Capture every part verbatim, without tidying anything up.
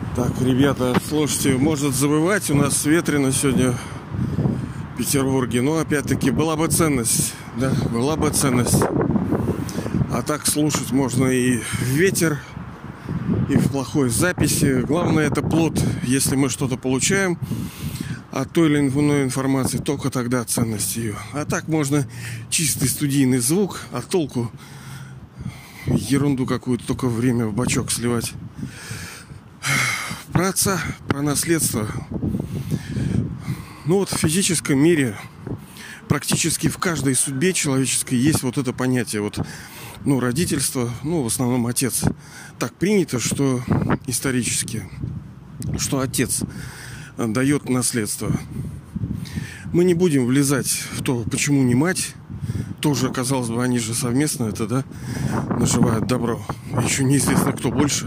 Так, ребята, слушайте, может забывать, у нас ветрено сегодня в Петербурге, но опять-таки была бы ценность, да, была бы ценность. А так слушать можно и в ветер, и в плохой записи. Главное, это плод, если мы что-то получаем от той или иной информации, только тогда ценность ее. А так можно чистый студийный звук, а толку ерунду какую-то, только время в бачок сливать. Про отца, про наследство. Ну вот в физическом мире практически в каждой судьбе человеческой есть вот это понятие. Вот, ну, родительство, ну, в основном отец. Так принято, что исторически, что отец дает наследство. Мы не будем влезать в то, почему не мать. Тоже, казалось бы, они же совместно это, да, наживают добро. Еще неизвестно, кто больше.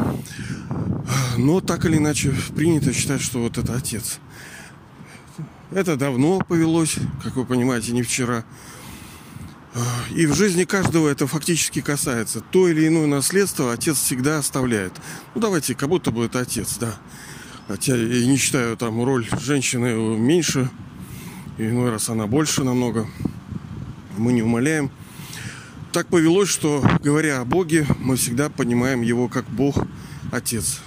Но так или иначе принято считать, что вот это отец. Это давно повелось, как вы понимаете, не вчера. И в жизни каждого это фактически касается. То или иное наследство отец всегда оставляет. Ну давайте, как будто бы это отец, да. Хотя я не считаю там роль женщины меньше. И иной раз она больше намного. Мы не умаляем. Так повелось, что, говоря о Боге, мы всегда понимаем его как Бог, Отец.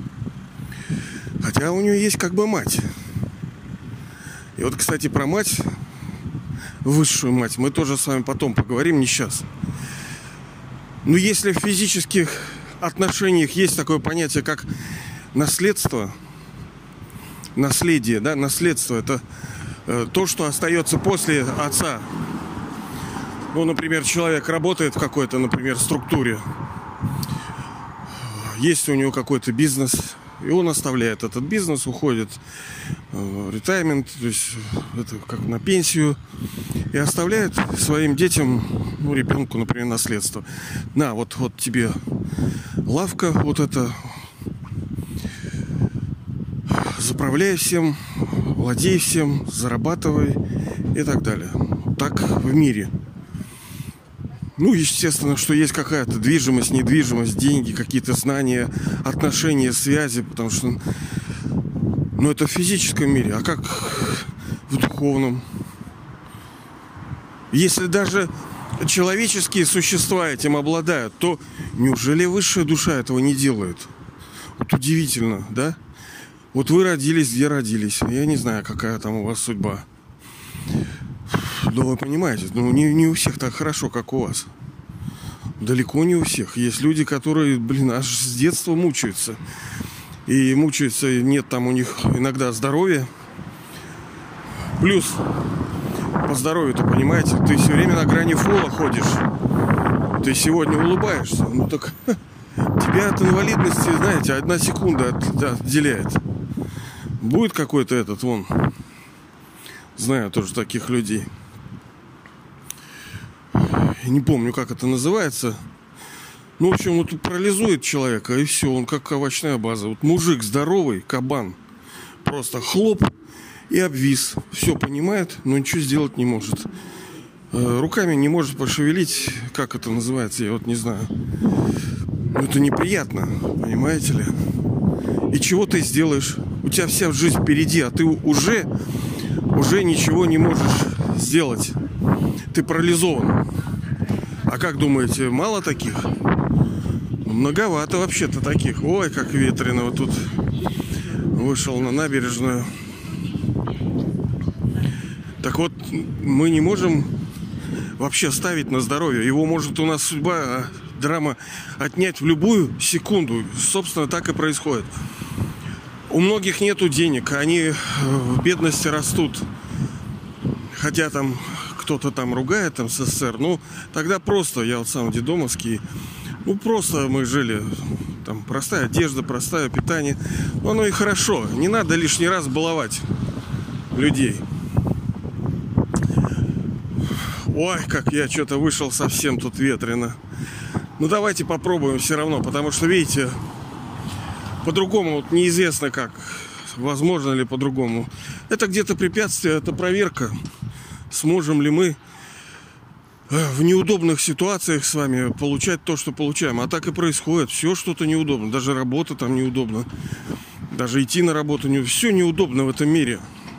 Хотя у нее есть как бы мать. И вот, кстати, про мать, высшую мать, мы тоже с вами потом поговорим, не сейчас. Но если в физических отношениях есть такое понятие, как наследство, наследие, да, наследство, это э, то, что остается после отца. Ну, например, человек работает в какой-то, например, структуре. Есть у него какой-то бизнес, и он оставляет этот бизнес, уходит в ретаймент, то есть это как на пенсию, и оставляет своим детям, ну, ребенку, например, наследство. На, вот, вот тебе лавка, вот это, заправляй всем, владей всем, зарабатывай и так далее. Так в мире. Ну, естественно, что есть какая-то движимость, недвижимость, деньги, какие-то знания, отношения, связи, потому что, ну, это в физическом мире, а как в духовном? Если даже человеческие существа этим обладают, то неужели высшая душа этого не делает? Вот удивительно, да? Вот вы родились, где родились. Я не знаю, какая там у вас судьба. Да вы понимаете, ну не, не у всех так хорошо, как у вас. Далеко не у всех. Есть люди, которые, блин, аж с детства мучаются. И мучаются, нет там у них иногда здоровья. Плюс по здоровью-то, понимаете, ты все время на грани фола ходишь. Ты сегодня улыбаешься. Ну так тебя от инвалидности, знаете, одна секунда от, отделяет. Будет какой-то этот, вон, знаю тоже таких людей. Я не помню, как это называется. Ну, в общем, вот парализует человека, и все, он как овощная база. Вот мужик здоровый, кабан, просто хлоп и обвис. Все понимает, но ничего сделать не может. Руками не может пошевелить, как это называется, я вот не знаю. Ну, это неприятно, понимаете ли? И чего ты сделаешь? У тебя вся жизнь впереди, а ты уже, уже ничего не можешь сделать. Ты парализован. А как думаете, мало таких? Многовато вообще-то таких. Ой, как ветрено. Вот тут вышел на набережную. Так вот, мы не можем вообще ставить на здоровье. Его может у нас судьба, драма отнять в любую секунду. Собственно, так и происходит. У многих нету денег. Они в бедности растут. Хотя там кто-то там ругает там СССР. Ну, тогда просто, я вот сам дедомовский, ну, просто мы жили, там, простая одежда, простое питание. Ну, оно и хорошо. Не надо лишний раз баловать людей. Ой, как я что-то вышел совсем тут ветрено. Ну, давайте попробуем все равно, потому что, видите, по-другому вот неизвестно как. Возможно ли по-другому. Это где-то препятствие, это проверка. Сможем ли мы в неудобных ситуациях с вами получать то, что получаем. А так и происходит. Все что-то неудобно. Даже работа там неудобно. Даже идти на работу не... Все неудобно в этом мире.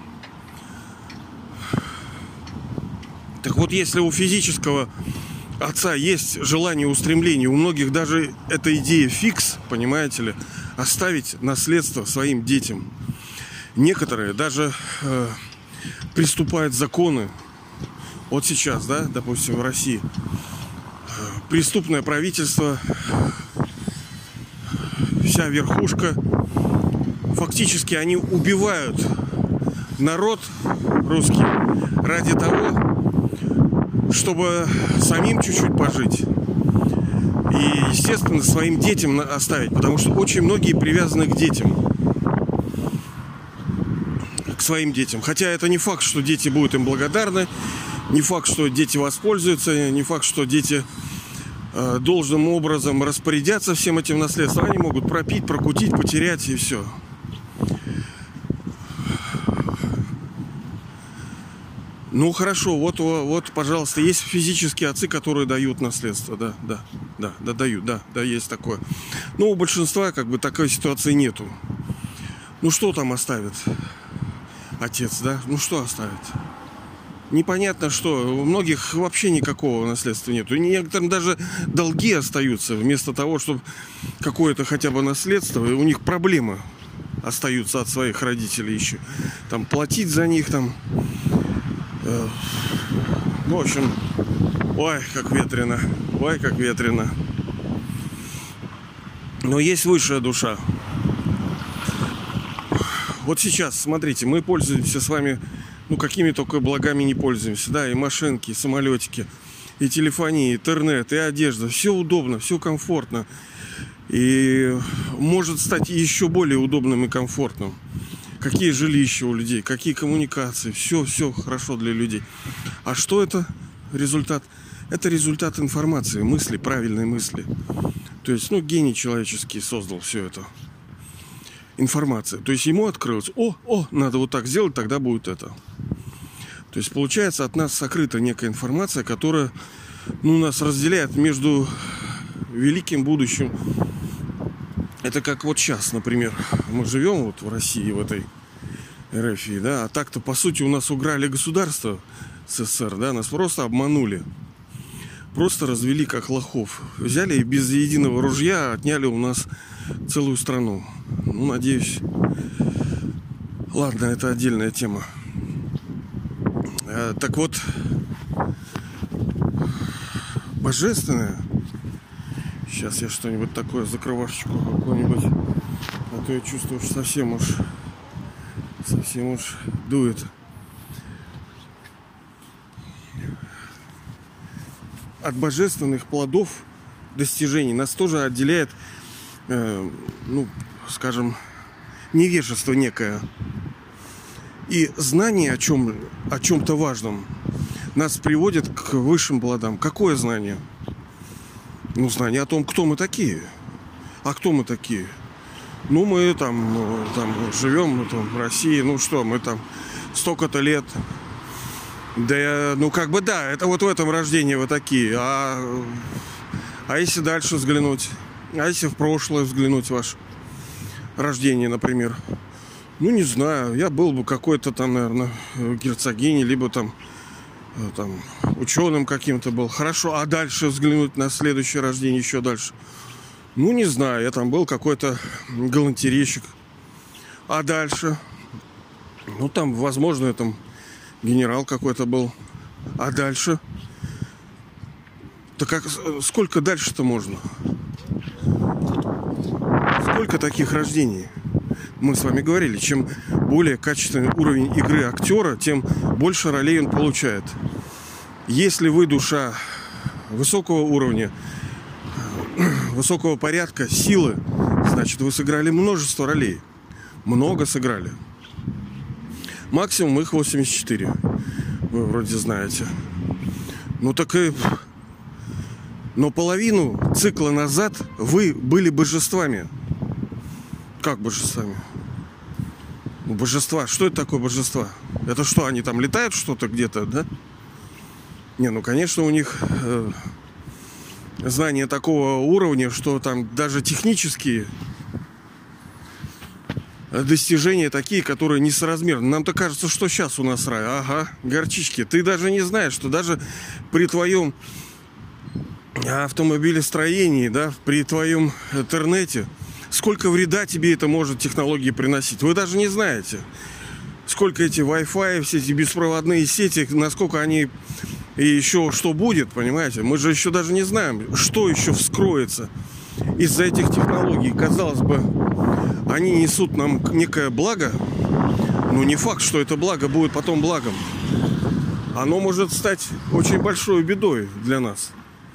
Так вот, если у физического отца есть желание, устремление, у многих даже эта идея фикс, понимаете ли, оставить наследство своим детям. Некоторые даже э, приступают законы. Вот сейчас, да, допустим, в России э, преступное правительство, вся верхушка, фактически они убивают народ русский ради того, чтобы самим чуть-чуть пожить. И, естественно, своим детям оставить. Потому что очень многие привязаны к детям. К своим детям. Хотя это не факт, что дети будут им благодарны. Не факт, что дети воспользуются. Не факт, что дети э, должным образом распорядятся всем этим наследством. Они могут пропить, прокутить, потерять и все. Ну хорошо, вот, вот, пожалуйста, есть физические отцы, которые дают наследство, да, да, да, да, дают, да, да, есть такое. Но у большинства как бы такой ситуации нету. Ну что там оставит отец, да? Ну что оставит? Непонятно что. У многих вообще никакого наследства нету. И некоторым даже долги остаются, вместо того, чтобы какое-то хотя бы наследство, и у них проблемы остаются от своих родителей еще. Там платить за них, там... В общем, ой, как ветрено, ой, как ветрено. Но есть высшая душа. Вот сейчас, смотрите, мы пользуемся с вами, ну, какими только благами не пользуемся, да, и машинки, и самолетики, и телефония, и интернет, и одежда. Все удобно, все комфортно. И может стать еще более удобным и комфортным. Какие жилища у людей, какие коммуникации, все, все хорошо для людей. А что это результат? Это результат информации, мысли, правильной мысли. То есть, ну, гений человеческий создал все это. Информация. То есть ему открылось, о, о, надо вот так сделать, тогда будет это. То есть, получается, от нас сокрыта некая информация, которая, ну, нас разделяет между великим будущим. Это как вот сейчас, например, мы живем вот в России, в этой эр эф, да, а так-то, по сути, у нас уграли государство СССР, да, нас просто обманули. Просто развели как лохов. Взяли и без единого ружья отняли у нас целую страну. Ну, надеюсь... Ладно, это отдельная тема. А, так вот, божественное... Сейчас я что-нибудь такое, закрывашечку какую-нибудь. А то я чувствую, что совсем уж совсем уж дует. От божественных плодов достижений нас тоже отделяет, э, ну, скажем, невежество некое. И знание о чем, о чем-то важном нас приводит к высшим плодам. Какое знание? Ну, знание о том, кто мы такие. А кто мы такие? Ну, мы там, там живем мы там, в России. Ну что, мы там столько-то лет. Да, я, ну как бы да, это вот в этом рождении вы такие. А, а если дальше взглянуть? А если в прошлое взглянуть ваше рождение, например? Ну, не знаю. Я был бы какой-то там, наверное, герцогиней, либо там... там, ученым каким-то был. Хорошо, а дальше взглянуть на следующее рождение, еще дальше. Ну, не знаю, я там был какой-то галантерейщик. А дальше? Ну, там, возможно, я там генерал какой-то был. А дальше? Так как, сколько дальше-то можно? Сколько таких рождений? Мы с вами говорили, чем более качественный уровень игры актера, тем больше ролей он получает. Если вы душа высокого уровня, высокого порядка, силы, значит, вы сыграли множество ролей. Много сыграли. Максимум их восемьдесят четыре. Вы вроде знаете. Ну так и... Но половину цикла назад вы были божествами. Как божествами? Ну, божества. Что это такое божества? Это что, они там летают что-то где-то, да? Не, ну, конечно, у них э, знания такого уровня, что там даже технические достижения такие, которые несоразмерны. Нам-то кажется, что сейчас у нас рай. Ага, горчички. Ты даже не знаешь, что даже при твоем автомобилестроении, да, при твоем интернете, сколько вреда тебе это может технологии приносить. Вы даже не знаете, сколько эти Wi-Fi, все эти беспроводные сети, насколько они и еще что будет, понимаете. Мы же еще даже не знаем, что еще вскроется из-за этих технологий. Казалось бы, они несут нам некое благо, но не факт, что это благо будет потом благом. Оно может стать очень большой бедой для нас.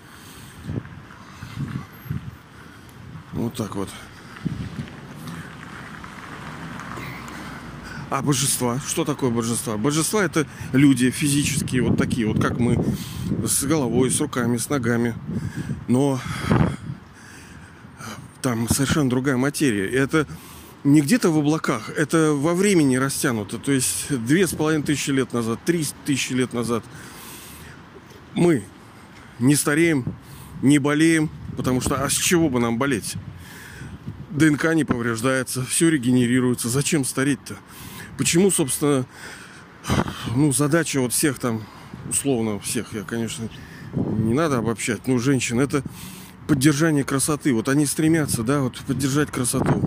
Вот так вот. А божества? Что такое божества? Божества — это люди физические, вот такие, вот как мы, с головой, с руками, с ногами. Но там совершенно другая материя. Это не где-то в облаках, это во времени растянуто. То есть две с половиной тысячи лет назад, три тысячи лет назад мы не стареем, не болеем, потому что а с чего бы нам болеть? ДНК не повреждается, все регенерируется. Зачем стареть-то? Почему, собственно, ну, задача вот всех там, условно всех, я, конечно, не надо обобщать, но женщин, это поддержание красоты. Вот они стремятся, да, вот поддержать красоту.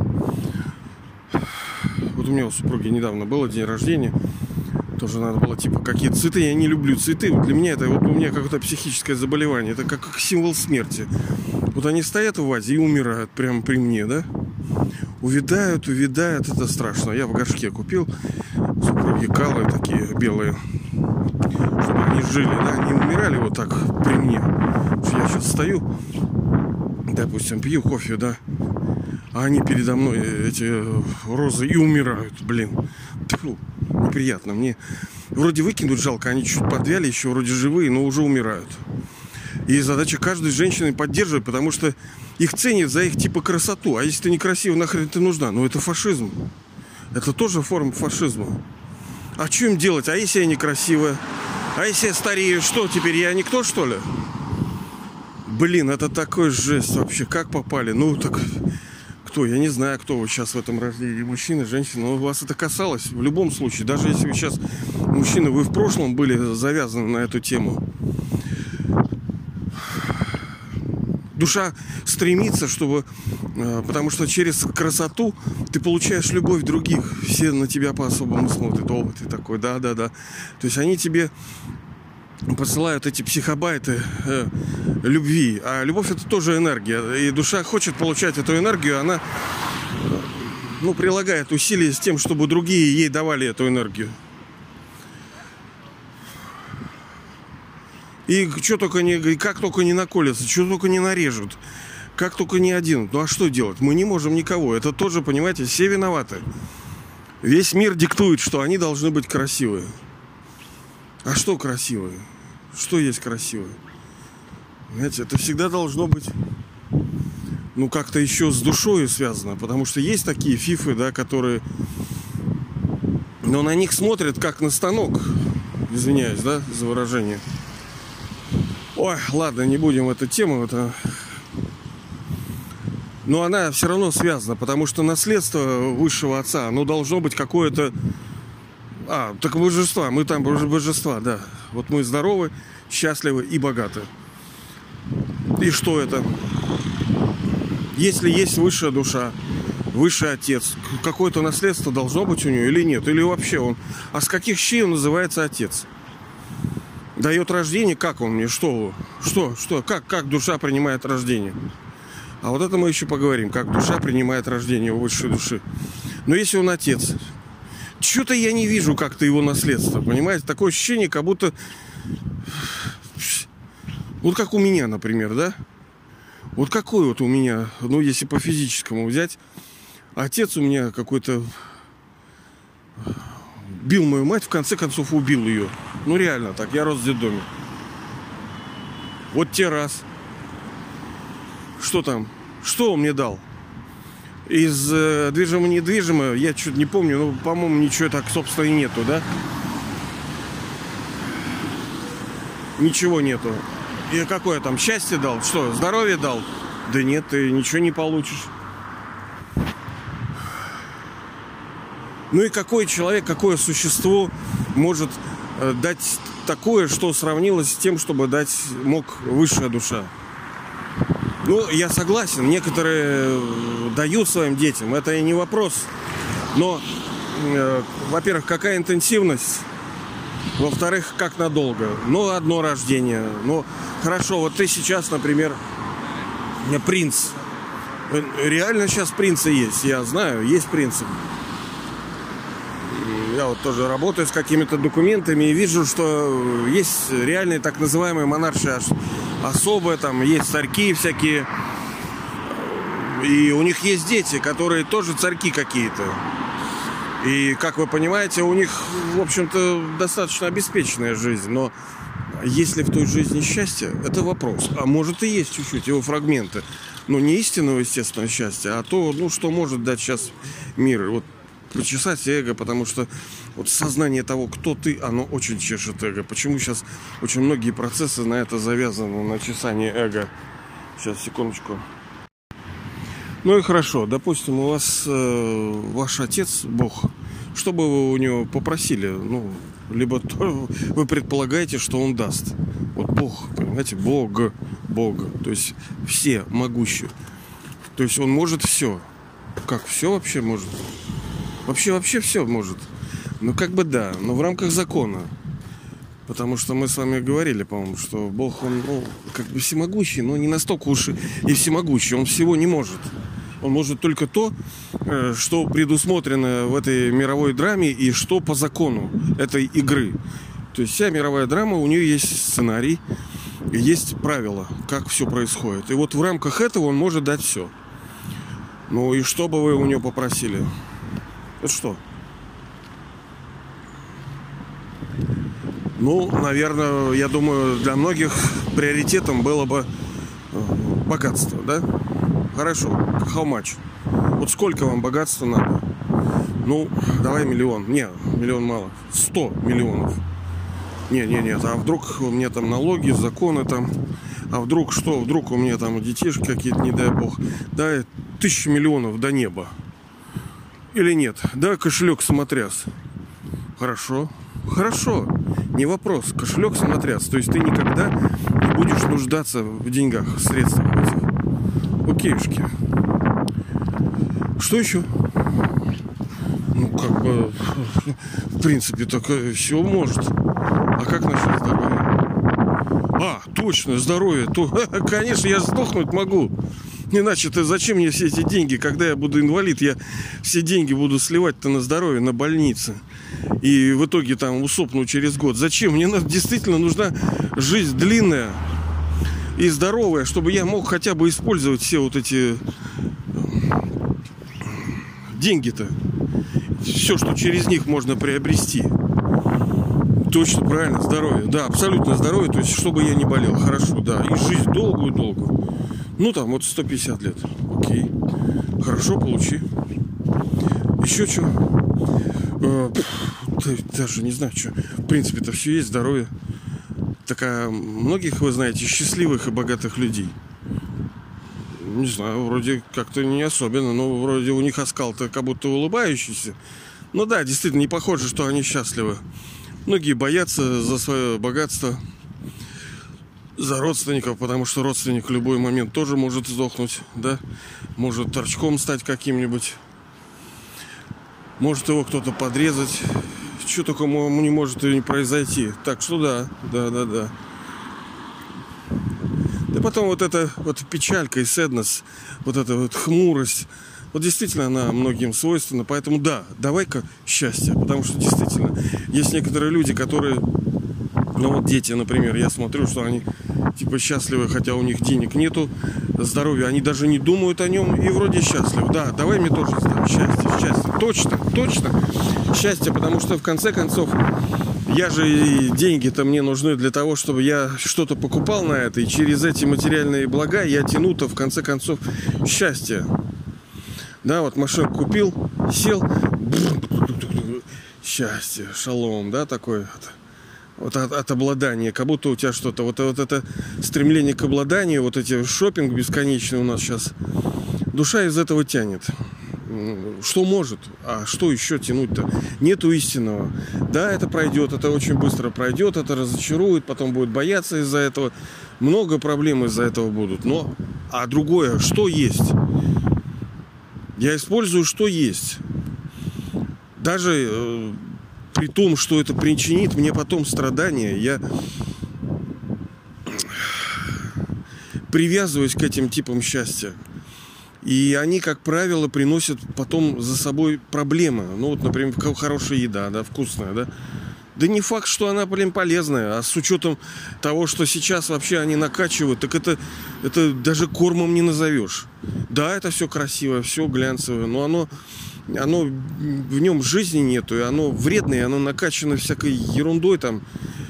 Вот у меня у супруги недавно было день рождения. Тоже надо было, типа, какие-то цветы. Я не люблю цветы. Вот для меня это, вот у меня какое-то психическое заболевание. Это как, как символ смерти. Вот они стоят в вазе и умирают прямо при мне, да? Увядают, увядают. Это страшно. Я в горшке купил. Супруги калы такие белые. Чтобы они жили, да? Они умирали вот так при мне. Я сейчас стою, допустим, пью кофе, да? А они передо мной, эти розы, и умирают, блин. Фу, неприятно. Мне вроде выкинуть жалко, они чуть подвяли, еще вроде живые, но уже умирают. И задача каждой женщины поддерживать, потому что их ценят за их типа красоту. А если ты некрасива, нахрен ты нужна? Ну это фашизм. Это тоже форма фашизма. А что им делать? А если я некрасивая? А если я старею? Что теперь, я никто, что ли? Блин, это такой жесть вообще. Как попали? Ну так... Кто? Я не знаю, кто вы сейчас в этом рождении. Мужчина, женщина. Но вас это касалось в любом случае. Даже если вы сейчас мужчина, вы в прошлом были завязаны на эту тему. Душа стремится, чтобы... Потому что через красоту ты получаешь любовь других. Все на тебя по-особому смотрят. О, ты такой, да-да-да. То есть они тебе посылают эти психобайты э, любви. А любовь — это тоже энергия. И душа хочет получать эту энергию. Она, ну, прилагает усилия с тем, чтобы другие ей давали эту энергию. И что только не, как только не наколятся, что только не нарежут, как только не оденут. Ну а что делать? Мы не можем никого. Это тоже, понимаете, все виноваты. Весь мир диктует, что они должны быть красивые. А что красивое? Что есть красивое? Знаете, это всегда должно быть, ну, как-то еще с душой связано. Потому что есть такие фифы, да, которые... Но на них смотрят как на станок. Извиняюсь, да, за выражение. Ой, ладно, не будем эту тему. Это... Но она все равно связана. Потому что наследство высшего отца, оно должно быть какое-то... А, так божества, мы там божества, да. Вот мы здоровы, счастливы и богаты. И что это? Если есть высшая душа, высший отец, какое-то наследство должно быть у него или нет? Или вообще он... А с каких щей он называется отец? Дает рождение, как он мне? Что? Что? Что? Как, как душа принимает рождение? А вот это мы еще поговорим. Как душа принимает рождение у высшей души. Но если он отец... Что-то я не вижу как-то его наследство, понимаете? Такое ощущение, как будто... Вот как у меня, например, да? Вот какой вот у меня, ну, если по физическому взять, отец у меня какой-то... Бил мою мать, в конце концов убил ее. Ну, реально так, я рос в детдоме. Вот те раз. Что там? Что он мне дал? Из э, движимо-недвижимо, я чуть не помню, но, по-моему, ничего так, собственно, и нету, да? ничего нету. И какое там счастье дал? Что, здоровье дал? Да нет, ты ничего не получишь. Ну и какой человек, какое существо может э, дать такое, что сравнилось с тем, чтобы дать мог высшая душа? Ну, я согласен, некоторые дают своим детям, это и не вопрос. Но, э, во-первых, какая интенсивность? Во-вторых, как надолго? Ну, одно рождение. Ну, хорошо, вот ты сейчас, например, принц. Реально сейчас принцы есть, я знаю, есть принцы. Я вот тоже работаю с какими-то документами и вижу, что есть реальные так называемые монаршие особы, там есть царьки всякие. И у них есть дети, которые тоже царьки какие-то. И, как вы понимаете, у них, в общем-то, достаточно обеспеченная жизнь. Но есть ли в той жизни счастье? Это вопрос. А может и есть чуть-чуть его фрагменты. Но не истинного, естественно, счастья, а то, ну, что может дать сейчас мир. Вот почесать эго, потому что вот сознание того, кто ты, оно очень чешет эго. Почему сейчас очень многие процессы на это завязаны, на чесание эго? Сейчас, секундочку. Ну и хорошо, допустим, у вас э, ваш отец, Бог, что бы вы у него попросили? Ну, либо то, вы предполагаете, что он даст. Вот Бог, понимаете, Бог, Бог, то есть все могущие. То есть он может все. Как все вообще может? Вообще, вообще все может. Ну, как бы да, но в рамках закона. Потому что мы с вами говорили, по-моему, что Бог, он, ну, как бы всемогущий, но не настолько уж и всемогущий. Он всего не может. Он может только то, что предусмотрено в этой мировой драме и что по закону этой игры. То есть вся мировая драма, у нее есть сценарий, есть правила, как все происходит. И вот в рамках этого он может дать все. Ну и что бы вы у него попросили? Это что? Ну, наверное, я думаю, для многих приоритетом было бы богатство, да? Хорошо, how much? Вот сколько вам богатства надо? Ну, давай миллион. Не, миллион мало. Сто миллионов. Не, не, нет. А вдруг у меня там налоги, законы там. А вдруг что? Вдруг у меня там детишки какие-то, не дай бог. Да, тысячи миллионов до неба. Или нет? Да, кошелек самотряс. Хорошо. Хорошо. Не вопрос. Кошелек самотряс. То есть ты никогда не будешь нуждаться в деньгах, в средствах этих. Окейшки. Что еще? Ну, как бы, в принципе, только все может. А как насчет здоровья? А, точно, здоровье. То, конечно, я сдохнуть могу. Иначе-то зачем мне все эти деньги? Когда я буду инвалид, я все деньги буду сливать-то на здоровье, на больницы. И в итоге там усопну через год. Зачем? Мне действительно нужна жизнь длинная и здоровая, чтобы я мог хотя бы использовать все вот эти деньги-то. Все, что через них можно приобрести. Точно, правильно, здоровье. Да, абсолютно здоровье. То есть, чтобы я не болел. Хорошо, да. И жизнь долгую-долгую. Ну, там, вот сто пятьдесят лет. Окей. Хорошо, получи. Еще что? Э, даже не знаю, что. В принципе-то все есть, здоровье. Так, а многих, вы знаете, счастливых и богатых людей? Не знаю, вроде как-то не особенно. Но вроде у них оскал-то как будто улыбающийся. Ну да, действительно, не похоже, что они счастливы. Многие боятся за свое богатство, за родственников, потому что родственник в любой момент тоже может сдохнуть, да? Может торчком стать каким-нибудь. Может его кто-то подрезать. Что такому не может и не произойти. Так что да, да, да, да. Да потом вот эта вот печалька и sadness, вот эта вот хмурость, вот действительно она многим свойственна. Поэтому да, давай-ка счастье. Потому что действительно есть некоторые люди, которые, ну вот дети, например, я смотрю, что они типа счастливы, хотя у них денег нету, здоровья, они даже не думают о нем и вроде счастливы. Да, давай мне тоже счастье, счастье. Точно, точно счастье, потому что в конце концов я же и деньги-то мне нужны для того, чтобы я что-то покупал на это, и через эти материальные блага я тяну-то в конце концов счастье. Да, вот машину купил, сел, счастье, шалом, да, такой вот. вот от, от обладания, как будто у тебя что-то, вот, вот это стремление к обладанию, вот эти шопинг бесконечный у нас сейчас, душа из этого тянет. Что может? А что еще тянуть-то? Нету истинного. Да, это пройдет, это очень быстро пройдет, это разочарует, потом будет бояться из-за этого. Много проблем из-за этого будут. Но, а другое, что есть? Я использую, что есть. Даже э, при том, что это причинит мне потом страдания, я привязываюсь к этим типам счастья. И они, как правило, приносят потом за собой проблемы. Ну, вот, например, хорошая еда, да, вкусная, да. Да не факт, что она, блин, полезная. А с учетом того, что сейчас вообще они накачивают, так это, это даже кормом не назовешь. Да, это все красивое, все глянцевое, но оно, оно в нем жизни нету, и оно вредное, оно накачано всякой ерундой там.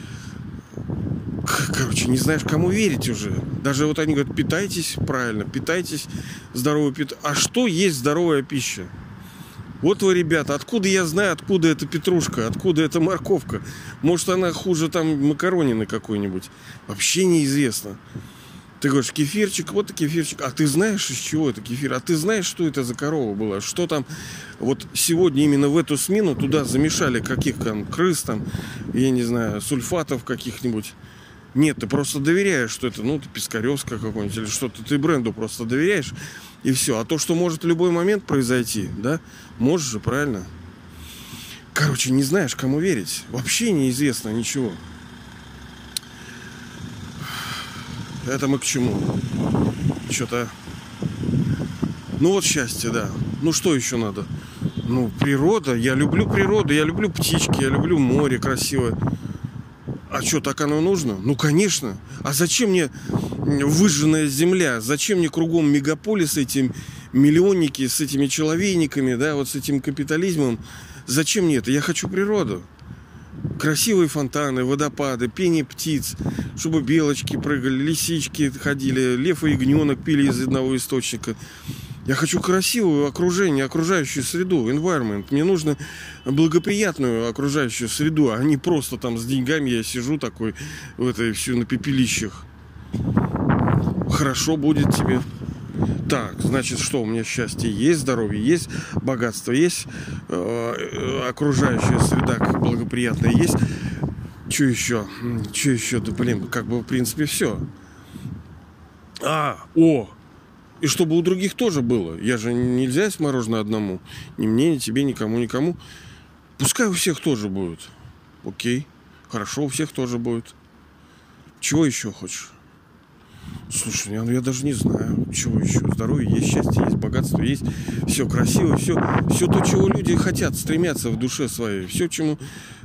Короче, не знаешь, кому верить уже. Даже вот они говорят, питайтесь правильно, питайтесь здоровой пищей. А что есть здоровая пища? Вот вы, ребята, откуда я знаю, откуда эта петрушка, откуда эта морковка? Может, она хуже там макаронины какой-нибудь? Вообще неизвестно. Ты говоришь, кефирчик, вот и кефирчик. А ты знаешь, из чего это кефир? А ты знаешь, что это за корова была? Что там вот сегодня именно в эту смену туда замешали каких там крыс там, я не знаю, сульфатов каких-нибудь? Нет, ты просто доверяешь, что это, ну, Пискаревская какой-нибудь или что-то. Ты бренду просто доверяешь, и все. А то, что может в любой момент произойти, да, можешь же, правильно? Короче, не знаешь, кому верить. Вообще неизвестно ничего. Это мы к чему? Что-то... Ну, вот счастье, да. Ну, что еще надо? Ну, природа. Я люблю природу, я люблю птички, я люблю море красивое. А что, так оно нужно? Ну, конечно. А зачем мне выжженная земля? Зачем мне кругом мегаполисы, эти миллионники с этими человейниками, да, вот с этим капитализмом? Зачем мне это? Я хочу природу. Красивые фонтаны, водопады, пение птиц, чтобы белочки прыгали, лисички ходили, лев и ягненок пили из одного источника. Я хочу красивое окружение, окружающую среду, environment. Мне нужно благоприятную окружающую среду, а не просто там с деньгами я сижу такой в этой все на пепелищах. Хорошо будет тебе. Так, значит, что у меня счастье есть, здоровье есть, богатство есть, э, окружающая среда как благоприятная есть. Что еще? Что еще? Да, блин, как бы в принципе все. А, о! И чтобы у других тоже было. Я же нельзя есть мороженое одному. Ни мне, ни тебе, никому, никому. Пускай у всех тоже будет. Окей. Хорошо, у всех тоже будет. Чего еще хочешь? Слушай, я, я даже не знаю, чего еще. Здоровье есть, счастье есть, богатство есть. Все красиво, все, все то, чего люди хотят, стремятся в душе своей. Все, чему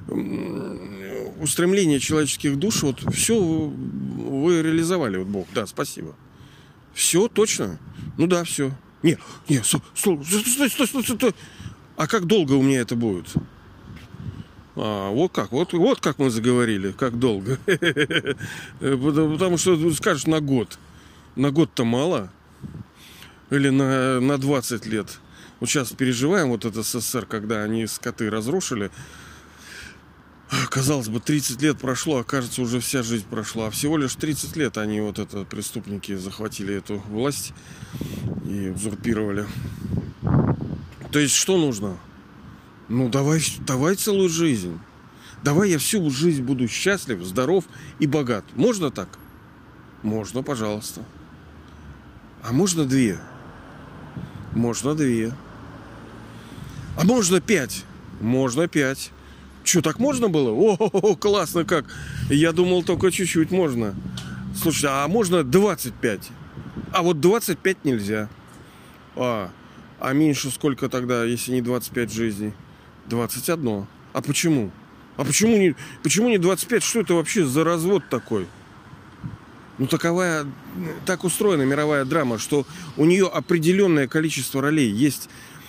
устремление человеческих душ, вот все вы реализовали, вот Бог. Да, спасибо. Все, точно? Ну да, все. Не, не, стой, стой, стой, стой, стой, стой. А как долго у меня это будет? А, вот как, вот, вот как мы заговорили, как долго. Потому что скажешь на год. На год-то мало. Или на, на двадцать лет. Вот сейчас переживаем вот это СССР, когда они скоты разрушили. Казалось бы, тридцать лет прошло, а кажется, уже вся жизнь прошла. А всего лишь тридцать лет они, вот это, преступники, захватили эту власть и узурпировали. То есть, что нужно? Ну, давай, давай целую жизнь. Давай я всю жизнь буду счастлив, здоров и богат. Можно так? Можно, пожалуйста. А можно две? Можно две. А можно пять? Можно пять. Что, так можно было? О, классно как. Я думал, только чуть-чуть можно. Слушай, а можно двадцать пять? А вот двадцать пять нельзя. А, а меньше сколько тогда, если не двадцать пять жизней? двадцать одно. А почему? А почему не, почему не двадцать пять? Что это вообще за развод такой? Ну, таковая, так устроена мировая драма, что у нее определенное количество ролей. Есть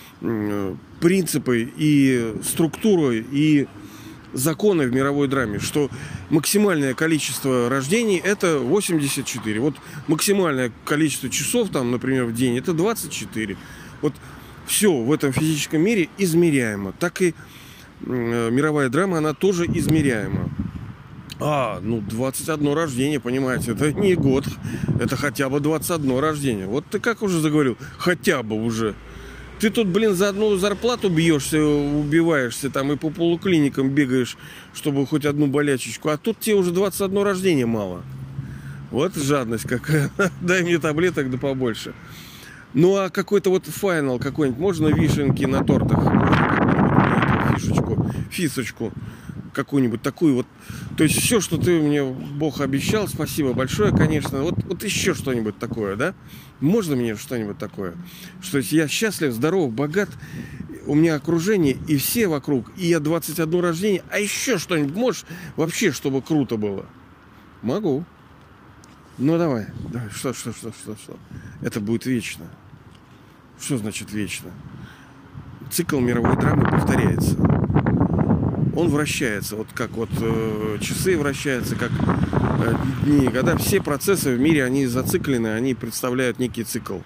принципы и структуры, и законы в мировой драме, что максимальное количество рождений это восемьдесят четыре. Вот максимальное количество часов, там, например, в день это двадцать четыре. Вот все в этом физическом мире измеряемо. Так и э, мировая драма, она тоже измеряема. А, ну двадцать одно рождение, понимаете, это не год, это хотя бы двадцать одно рождение. Вот ты как уже заговорил, хотя бы уже. Ты тут, блин, за одну зарплату бьешься, убиваешься там и по полуклиникам бегаешь, чтобы хоть одну болячечку. А тут тебе уже двадцать одно рождение мало. Вот жадность какая. Дай мне таблеток да побольше. Ну а какой-то вот файнал какой-нибудь, можно вишенки на тортах? Фишечку, фисочку какую-нибудь такую вот. То есть все, что ты мне, Бог, обещал, спасибо большое, конечно. Вот, вот еще что-нибудь такое, да? Можно мне что-нибудь такое? Что я счастлив, здоров, богат, у меня окружение, и все вокруг, и я двадцать одно рождение, а еще что-нибудь можешь вообще, чтобы круто было? Могу. Ну давай, давай, что, что, что, что, что? Это будет вечно. Что значит вечно? Цикл мировой драмы повторяется. Он вращается, вот как вот э, часы вращаются, как э, дни, когда все процессы в мире, они зациклены, они представляют некий цикл.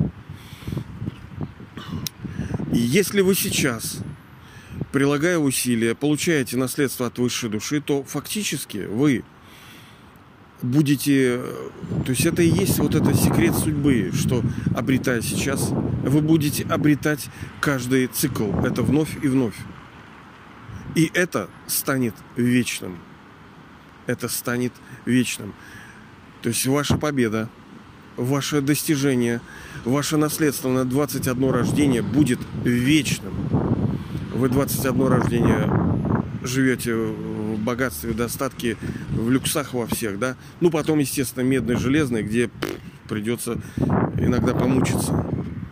И если вы сейчас, прилагая усилия, получаете наследство от высшей души, то фактически вы будете, то есть это и есть вот этот секрет судьбы, что обретая сейчас, вы будете обретать каждый цикл, это вновь и вновь. И это станет вечным. Это станет вечным. То есть ваша победа, ваше достижение, ваше наследство на двадцать одно рождение будет вечным. Вы двадцать одно рождение живете в богатстве, достатке, в люксах во всех, да? Ну, потом, естественно, медный, железный, где пff, придется иногда помучиться.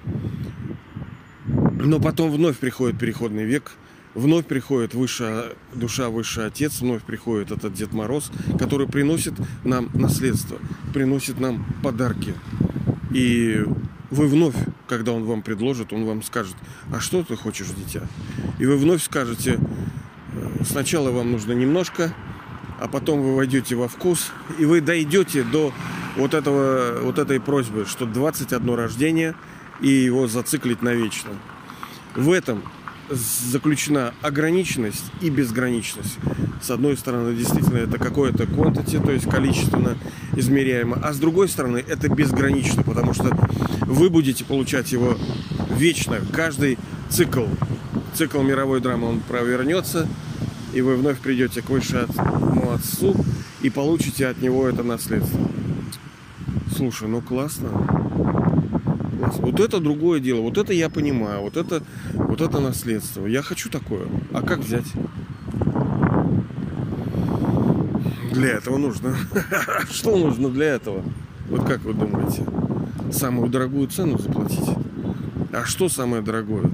Но потом вновь приходит переходный век, вновь приходит высшая душа, высший отец, вновь приходит этот Дед Мороз, который приносит нам наследство, приносит нам подарки. И вы вновь, когда он вам предложит, он вам скажет: а что ты хочешь, дитя? И вы вновь скажете: сначала вам нужно немножко, а потом вы войдете во вкус, и вы дойдете до вот, этого, вот этой просьбы, что двадцать одно рождение, и его зациклить навечно. В этом заключена ограниченность и безграничность. С одной стороны, действительно, это какое-то quantity, то есть количественно измеряемо, а с другой стороны, это безгранично, потому что вы будете получать его вечно. Каждый цикл, цикл мировой драмы, он провернется, и вы вновь придете к высшему отцу и получите от него это наследство. Слушай, ну классно. Вот это другое дело, вот это я понимаю, вот это, вот это наследство. Я хочу такое. А как взять? Для этого нужно. Что нужно для этого? Вот как вы думаете? Самую дорогую цену заплатить? А что самое дорогое?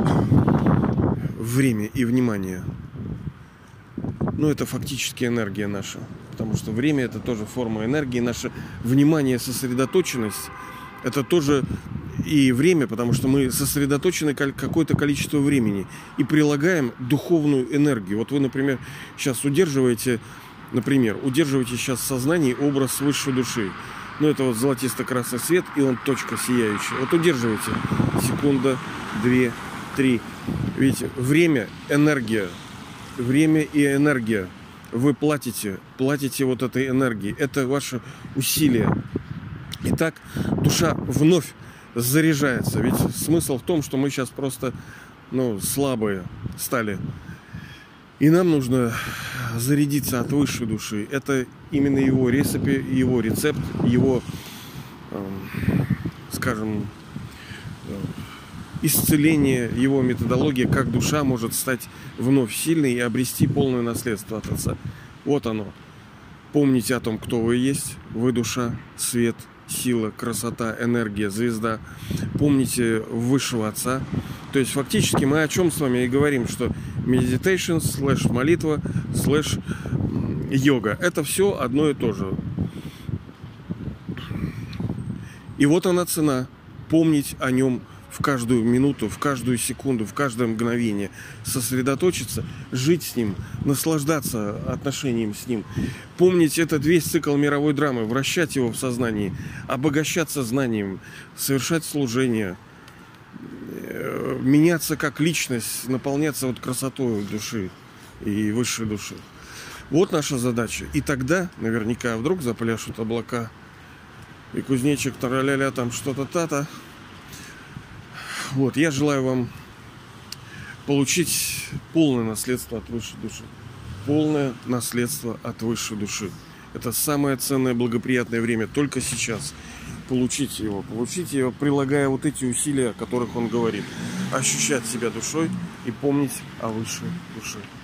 Время и внимание. Ну, это фактически энергия наша. Потому что время — это тоже форма энергии. Наше внимание, сосредоточенность — это тоже и время, потому что мы сосредоточены какое-то количество времени и прилагаем духовную энергию. Вот вы, например, сейчас удерживаете, например, удерживаете сейчас в сознании образ высшей души. Ну, это вот золотисто-красный свет, и он точка сияющая. Вот удерживайте. Секунда, две, три. Видите, время, энергия. Время и энергия. Вы платите, платите вот этой энергии. Это ваше усилие. Итак, душа вновь заряжается. Ведь смысл в том, что мы сейчас просто, ну, слабые стали. И нам нужно зарядиться от высшей души. Это именно его рецепт, его рецепт, его, э, скажем, исцеление, его методология, как душа может стать вновь сильной и обрести полное наследство от Отца. Вот оно. Помните о том, кто вы есть. Вы душа, свет, сила, красота, энергия, звезда. Помните высшего Отца. То есть фактически мы о чем с вами и говорим, что meditation, слэш молитва, слэш йога. Это все одно и то же. И вот она цена. Помнить о нем в каждую минуту, в каждую секунду, в каждое мгновение. Сосредоточиться, жить с ним, наслаждаться отношением с ним. Помнить этот весь цикл мировой драмы, вращать его в сознании, обогащаться знанием, совершать служение, меняться как личность, наполняться вот красотой души и высшей души. Вот наша задача. И тогда наверняка вдруг запляшут облака. И кузнечик тараля-ля, там что-то та-то. Вот, я желаю вам получить полное наследство от высшей души. Полное наследство от высшей души. Это самое ценное, благоприятное время. Только сейчас. Получите его. Получите его, прилагая вот эти усилия, о которых он говорит. Ощущать себя душой и помнить о высшей душе.